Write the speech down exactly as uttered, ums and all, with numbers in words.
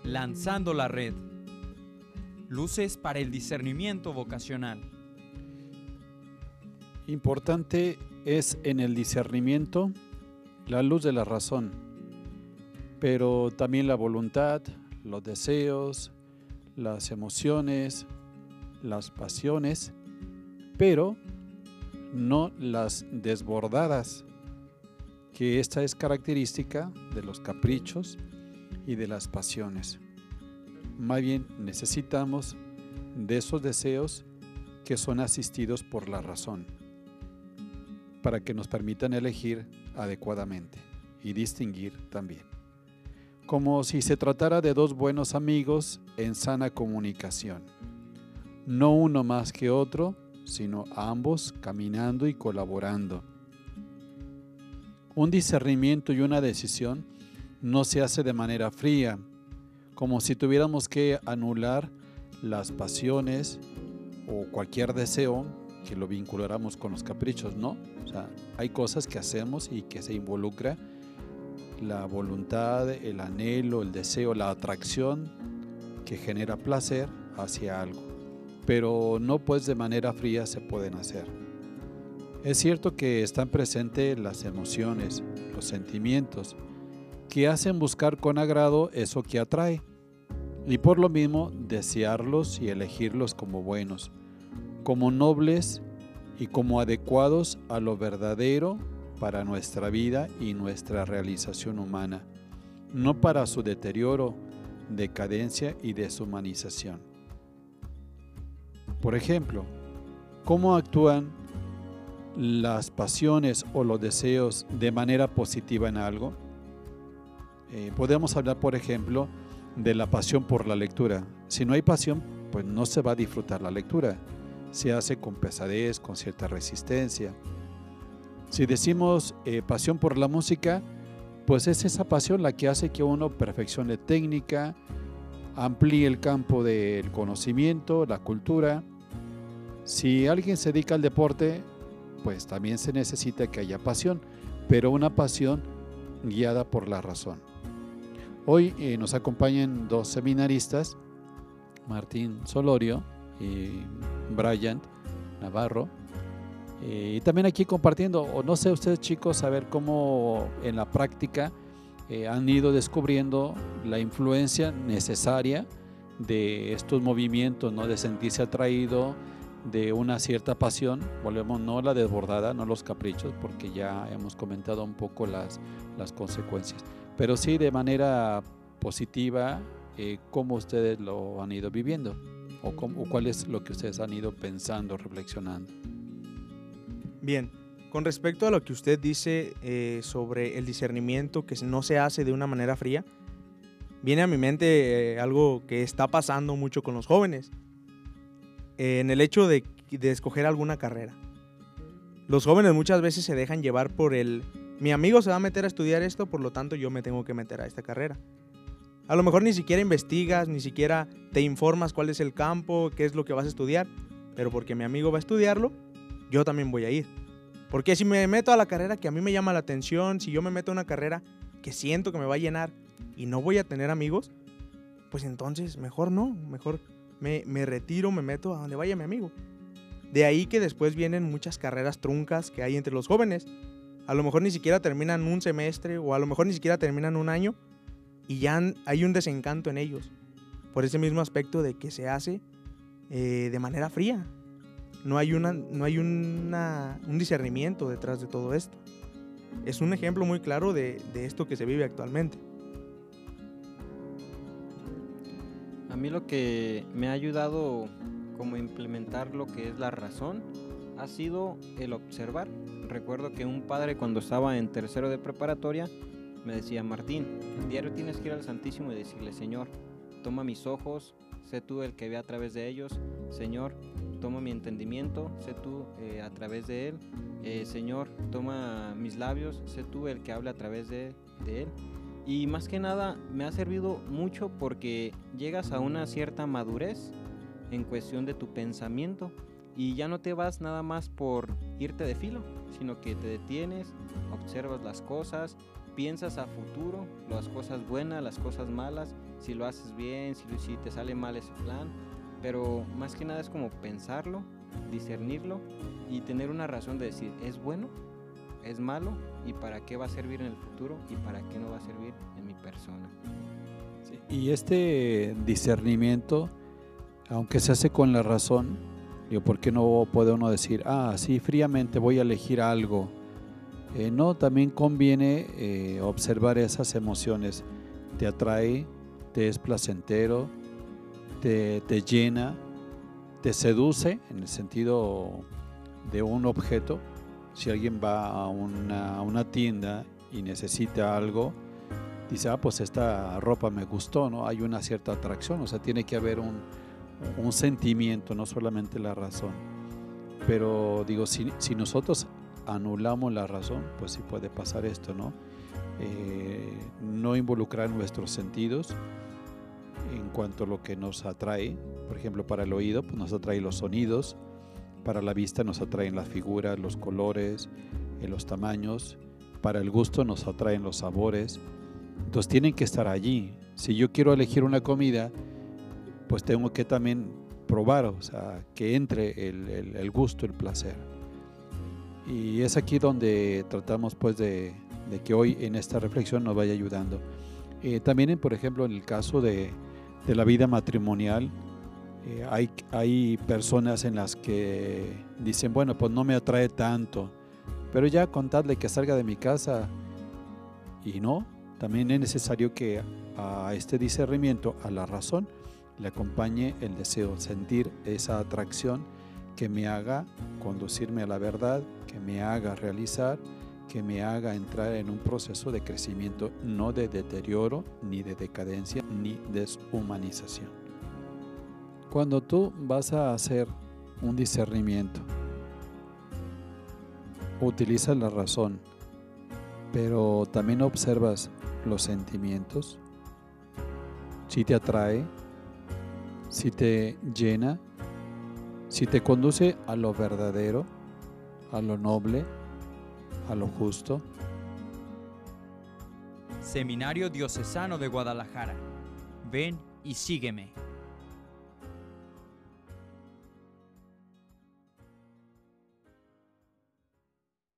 Lanzando la red. Luces para el discernimiento vocacional. Importante es en el discernimiento la luz de la razón, pero también la voluntad, los deseos, las emociones, las pasiones, pero no las desbordadas, que esta es característica de los caprichos y de las pasiones. Más bien necesitamos de esos deseos que son asistidos por la razón, para que nos permitan elegir adecuadamente y distinguir también. Como si se tratara de dos buenos amigos en sana comunicación, no uno más que otro, sino ambos caminando y colaborando. Un discernimiento y una decisión no se hace de manera fría, como si tuviéramos que anular las pasiones o cualquier deseo que lo vinculáramos con los caprichos, ¿no? O sea, hay cosas que hacemos y que se involucra la voluntad, el anhelo, el deseo, la atracción que genera placer hacia algo, pero no pues de manera fría se pueden hacer. Es cierto que están presentes las emociones, los sentimientos, que hacen buscar con agrado eso que atrae, y por lo mismo desearlos y elegirlos como buenos, como nobles y como adecuados a lo verdadero para nuestra vida y nuestra realización humana, no para su deterioro, decadencia y deshumanización. Por ejemplo, ¿cómo actúan las pasiones o los deseos de manera positiva en algo? Eh, podemos hablar, por ejemplo, de la pasión por la lectura. Si no hay pasión, pues no se va a disfrutar la lectura. Se hace con pesadez, con cierta resistencia. Si decimos eh, pasión por la música, pues es esa pasión la que hace que uno perfeccione técnica, amplíe el campo del conocimiento, la cultura. Si alguien se dedica al deporte, pues también se necesita que haya pasión, pero una pasión guiada por la razón. Hoy eh, nos acompañan dos seminaristas, Martín Solorio y Brian Navarro, eh, y también aquí compartiendo, o no sé ustedes chicos, a ver cómo en la práctica eh, han ido descubriendo la influencia necesaria de estos movimientos, ¿no? De sentirse atraído, de una cierta pasión, volvemos, no la desbordada, no los caprichos, porque ya hemos comentado un poco las, las consecuencias, pero sí de manera positiva, eh, cómo ustedes lo han ido viviendo, o, cómo, o cuál es lo que ustedes han ido pensando, reflexionando. Bien, con respecto a lo que usted dice eh, sobre el discernimiento que no se hace de una manera fría, viene a mi mente eh, algo que está pasando mucho con los jóvenes, eh, en el hecho de, de escoger alguna carrera. Los jóvenes muchas veces se dejan llevar por el, mi amigo se va a meter a estudiar esto, por lo tanto yo me tengo que meter a esta carrera. A lo mejor ni siquiera investigas, ni siquiera te informas cuál es el campo, qué es lo que vas a estudiar, pero porque mi amigo va a estudiarlo, yo también voy a ir. Porque si me meto a la carrera que a mí me llama la atención, si yo me meto a una carrera que siento que me va a llenar y no voy a tener amigos, pues entonces mejor no, mejor me, me retiro, me meto a donde vaya mi amigo. De ahí que después vienen muchas carreras truncas que hay entre los jóvenes. A lo mejor ni siquiera terminan un semestre o a lo mejor ni siquiera terminan un año y ya hay un desencanto en ellos por ese mismo aspecto de que se hace eh, de manera fría. No hay, una, no hay una, un discernimiento detrás de todo esto. Es un ejemplo muy claro de, de esto que se vive actualmente. A mí lo que me ha ayudado como implementar lo que es la razón ha sido el observar. Recuerdo que un padre cuando estaba en tercero de preparatoria me decía: Martín, diario tienes que ir al Santísimo y decirle: Señor, toma mis ojos, sé tú el que ve a través de ellos. Señor, toma mi entendimiento, sé tú eh, a través de él. Eh, Señor, toma mis labios, sé tú el que habla a través de, de él. Y más que nada me ha servido mucho porque llegas a una cierta madurez en cuestión de tu pensamiento y ya no te vas nada más por irte de filo, sino que te detienes, observas las cosas piensas a futuro, las cosas buenas, las cosas malas, si lo haces bien, si, si te sale mal ese plan, pero más que nada es como pensarlo, discernirlo y tener una razón de decir, ¿es bueno? ¿Es malo? ¿Y para qué va a servir en el futuro? ¿Y para qué no va a servir en mi persona? Sí, y este discernimiento, aunque se hace con la razón, digo, ¿por qué no puede uno decir, ah, sí, fríamente voy a elegir algo? Eh, no, también conviene eh, observar esas emociones. Te atrae, te es placentero, te, te llena, te seduce en el sentido de un objeto. Si alguien va a una, a una tienda y necesita algo, dice, ah, pues esta ropa me gustó, ¿no? Hay una cierta atracción, o sea, tiene que haber un, un sentimiento, no solamente la razón. Pero digo, si, si nosotros anulamos la razón, pues sí puede pasar esto, ¿no? Eh, no involucrar nuestros sentidos en cuanto a lo que nos atrae. Por ejemplo, para el oído, pues nos atrae los sonidos. Para la vista nos atraen las figuras, los colores, eh, los tamaños. Para el gusto nos atraen los sabores. Entonces tienen que estar allí. Si yo quiero elegir una comida, pues tengo que también probar, o sea, que entre el, el, el gusto, el placer. Y es aquí donde tratamos pues de, de que hoy en esta reflexión nos vaya ayudando. Eh, también, por ejemplo, en el caso de, de la vida matrimonial, Eh, hay, hay personas en las que dicen, bueno, pues no me atrae tanto, pero ya contadle que salga de mi casa. Y no, también es necesario que a este discernimiento, a la razón, le acompañe el deseo, sentir esa atracción que me haga conducirme a la verdad, que me haga realizar, que me haga entrar en un proceso de crecimiento, no de deterioro, ni de decadencia, ni deshumanización. Cuando tú vas a hacer un discernimiento, utilizas la razón, pero también observas los sentimientos, si te atrae, si te llena, si te conduce a lo verdadero, a lo noble, a lo justo. Seminario Diocesano de Guadalajara. Ven y sígueme.